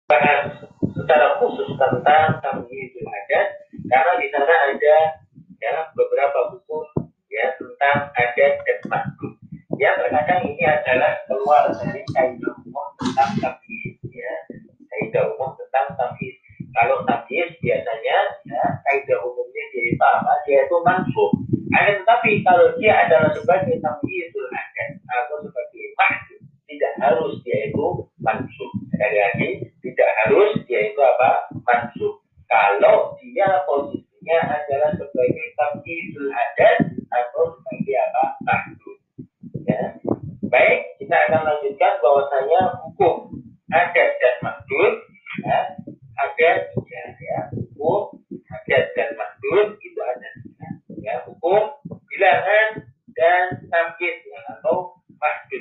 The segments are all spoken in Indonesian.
bahas secara khusus tentang tamyizul adat karena di sana ada ya beberapa buku ya tentang adat dan makhluk. Ya terkadang ini adalah keluar dari kaidah umum tentang tamyiz ya. Kaidah umum tentang tamyiz. Kalau tamyiz biasanya ya kaidah umumnya yaitu apa? Yaitu mansub. Tetapi kalau dia adalah sebagai tamyizul adat atau sebagai makhluk, tidak harus dia itu mansub. Sekali lagi, tidak harus dia itu apa? Mansub. Kalau dia posisinya adalah sebagai tamyizul adat atau sebagai apa? Makhluk. Ya. Baik, kita akan lanjutkan bahwasanya hukum adat dan makhluk ya, ada tiga ya. Hukum adat dan makhluk itu ada tiga ya. Hukum bilangan dan tamyiz ya, atau makhluk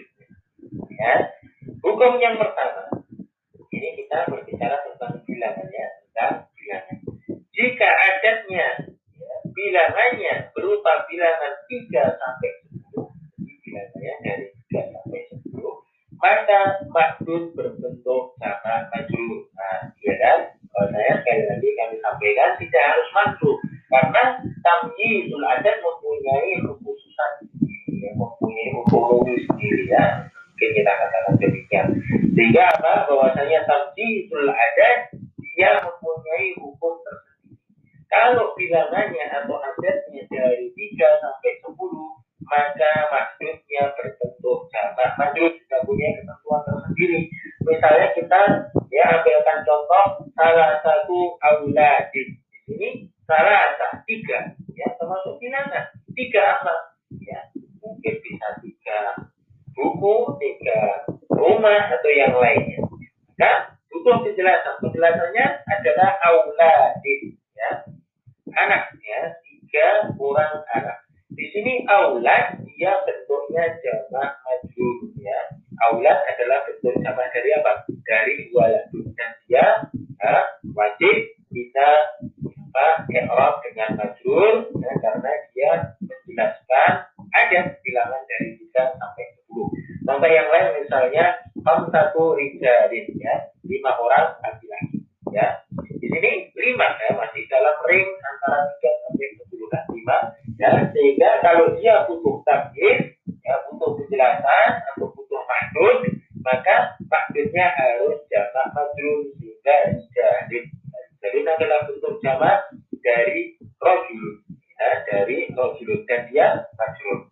ya. Hukum yang pertama, ini kita berbicara tentang bilangannya, tentang bilangan. Jika adatnya ya, bilangannya berupa bilangan 3 sampai 10, bilangannya dari 3 sampai 10, maka makhluk berbentuk sama majrur. Nah, ya kan? Kalau saya sekali lagi kami sampaikan tidak harus makhluk, karena tamyizul adat mempunyai kekhususan sendiri, ya, mempunyai hukum sendiri ya. Mungkin kita katakan demikian. Sehingga apa? Bahwasanya tamyizul adat dia mempunyai hukum tersendiri. Kalau bilangannya atau adatnya dari 3 sampai 10, maka maksudnya berbentuk jamak majrur, kita punya ketentuan tersendiri. Misalnya kita ya ambilkan contoh salah satu auladin. Di sini salah satu 3 ya termasuk bilangan 3 apa? Ya mungkin bisa 3 buku, 3 rumah atau yang lainnya. Maka butuh penjelasan. Penjelasannya adalah auladin ya. Anak ya, 3 orang anak. Di sini aulad dia bentuknya jamak majrur ya. Aulad adalah bentuk jamak dari apa? Dari waladun, dan dia wajib kita i'rab dengan majrur ya, karena dia menjelaskan ada bilangan dari 3 sampai 10. Contoh yang lain misalnya satu rijalin ya, 5 orang laki-laki ya. Di sini 5 ya, masih dalam ring antara 3 sampai 10 dan 5 ya, sehingga kalau dia butuh tamyiz ya, butuh penjelasan atau butuh mahdud, maka mahdudnya harus jamak majrur, sehingga jalin. Jalin adalah bentuk jamak dari rojulun ya, dari rojulun, dan dia majrur.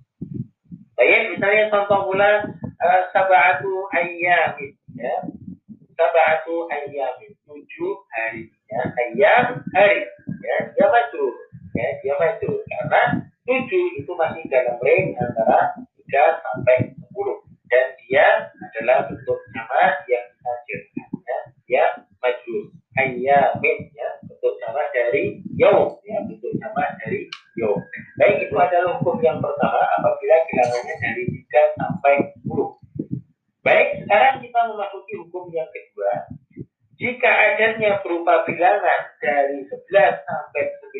Baik, misalnya contoh pula sab'atu ayyamin ya. Sab'atu ayyamin, 7 hari ya. Ayyam hari ya, dia majrur ya, dia majrur karena 7 itu masih dalam range antara 3 sampai 10, dan dia adalah bentuk jamak yang ditajirkan ya, dia majrur. Ayyamin ya, bentuk jamak dari yaum ya, bentuk jamak dari yaum. Baik, itu adalah hukum yang pertama apabila bilangannya dari 3 sampai 10. Baik, sekarang kita memasuki hukum yang kedua. Jika adatnya berupa bilangan dari 11 sampai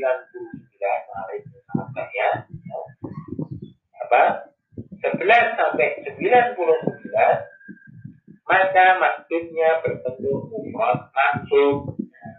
99, mari kita sama ya. Apa? 11 sampai 99, maka maksudnya berbentuk mufrad mansub.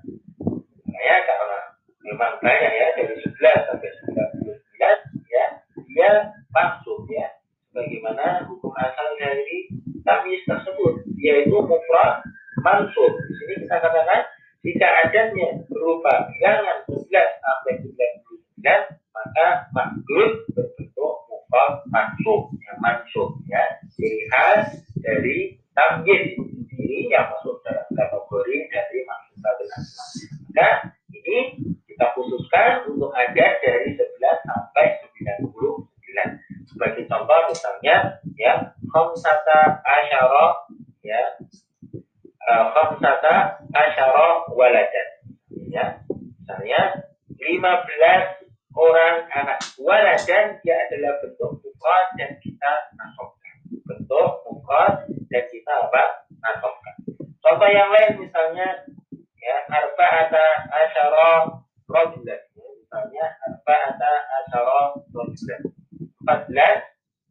Ya, karena memang banyak ya, dari 11 sampai 99 ya, dia mansub ya. Bagaimana hukum asal dari tamyiz tersebut, yaitu mufrad mansub. Di sini kita katakan jika adatnya berupa bilangan 11 sampai 99, maka maksud berbentuk mufrad mansub, yang mansub ya. Ciri khas dari tamyiz sendiri yang masuk dalam kategori dari maksud dan asal. Maka ini kita khususkan untuk adat dari 11 sampai 99. Sebagai contoh misalnya ya, khamsata asyara ya, khamsata asyara waladan ya. Misalnya 15 orang anak. Waladan dia adalah bentuk mufrad dan kita nasabkan. Bentuk mufrad dan kita apa? Nasabkan. Contoh yang lain misalnya ya, arba'ata asyara rajulan. Misalnya arba'ata asyara rajulan.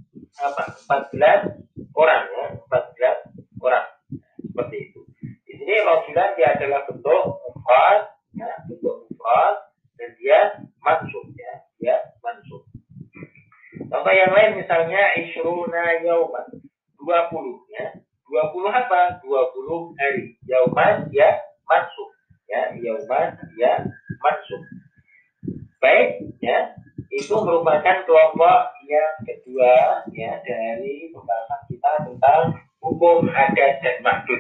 14 orang ya, 14 orang. Seperti itu. Di sini ini rojulan dia adalah bentuk mufrad, ya, bentuk mufrad, dan dia mansub, ya, dia mansub. Contoh yang lain misalnya isyruna yauman, 20, ya. 20 apa? 20 hari. Yauman ya mansub, ya, yauman ya mansub. Baik, ya. Itu merupakan kelompok yang kedua, ya, dari pembahasan kita tentang hukum adat dan mahdud.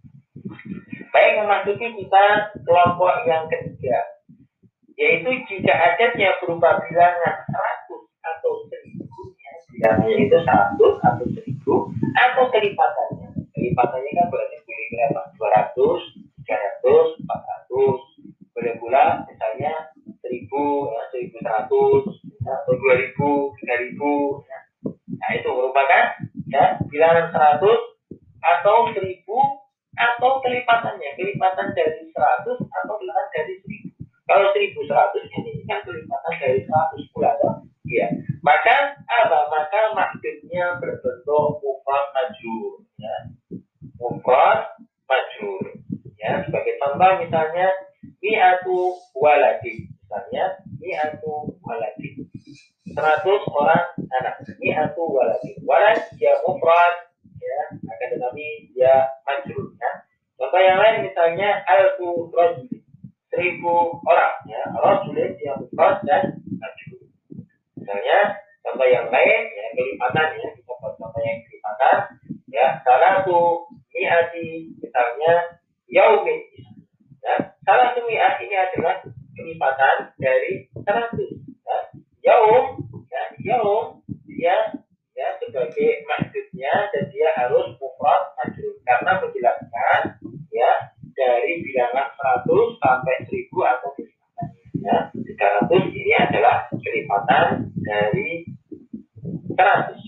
Baik, memasuki kita kelompok yang ketiga, yaitu jika adatnya berupa bilangan 100 atau 1000, ya, bilangannya itu 100 atau 1000 atau kelipatannya. Kelipatannya kan berarti boleh berapa? 200, 300, 400. Boleh pula misalnya 1000, ya, 1100, ya, atau 2000, 3000. Ya. Nah, itu merupakan, ya, bilangan 100 atau 1000 atau kelipatannya. Kelipatan dari 100 atau kelipatan dari 1000. Kalau 1100 ini kan kelipatan dari 100 pula, ya. Maka apa? Maka maksudnya berbentuk mufrad majrur, ya. Mufrad majrur, ya. Sebagai contoh misalnya mi'atu waladin, misalnya mi'atu waladin, 100 orang anak. Mi'atu waladin, walad dia mufrad, ya, akan tetapi dia majrur, ya. Contoh yang lain misalnya alfu rajulin, 1000 orang, ya, rajulin dia mufrad dan majrur. Misalnya contoh yang lain, ya, kelipatan, ya, kita buat contoh yang kelipatan, ya, salatu mi'ati, misalnya yaumin, ya, salatu mi'ah ini adalah kelipatan dari 100, ya. Yaum, ya, yaum dia, ya, sebagai maksudnya, dan dia harus mufrad majrur karena menjelaskan, ya, dari bilangan 100 sampai 1000 atau kelipatan, ya. 300 ini adalah kelipatan dari 100.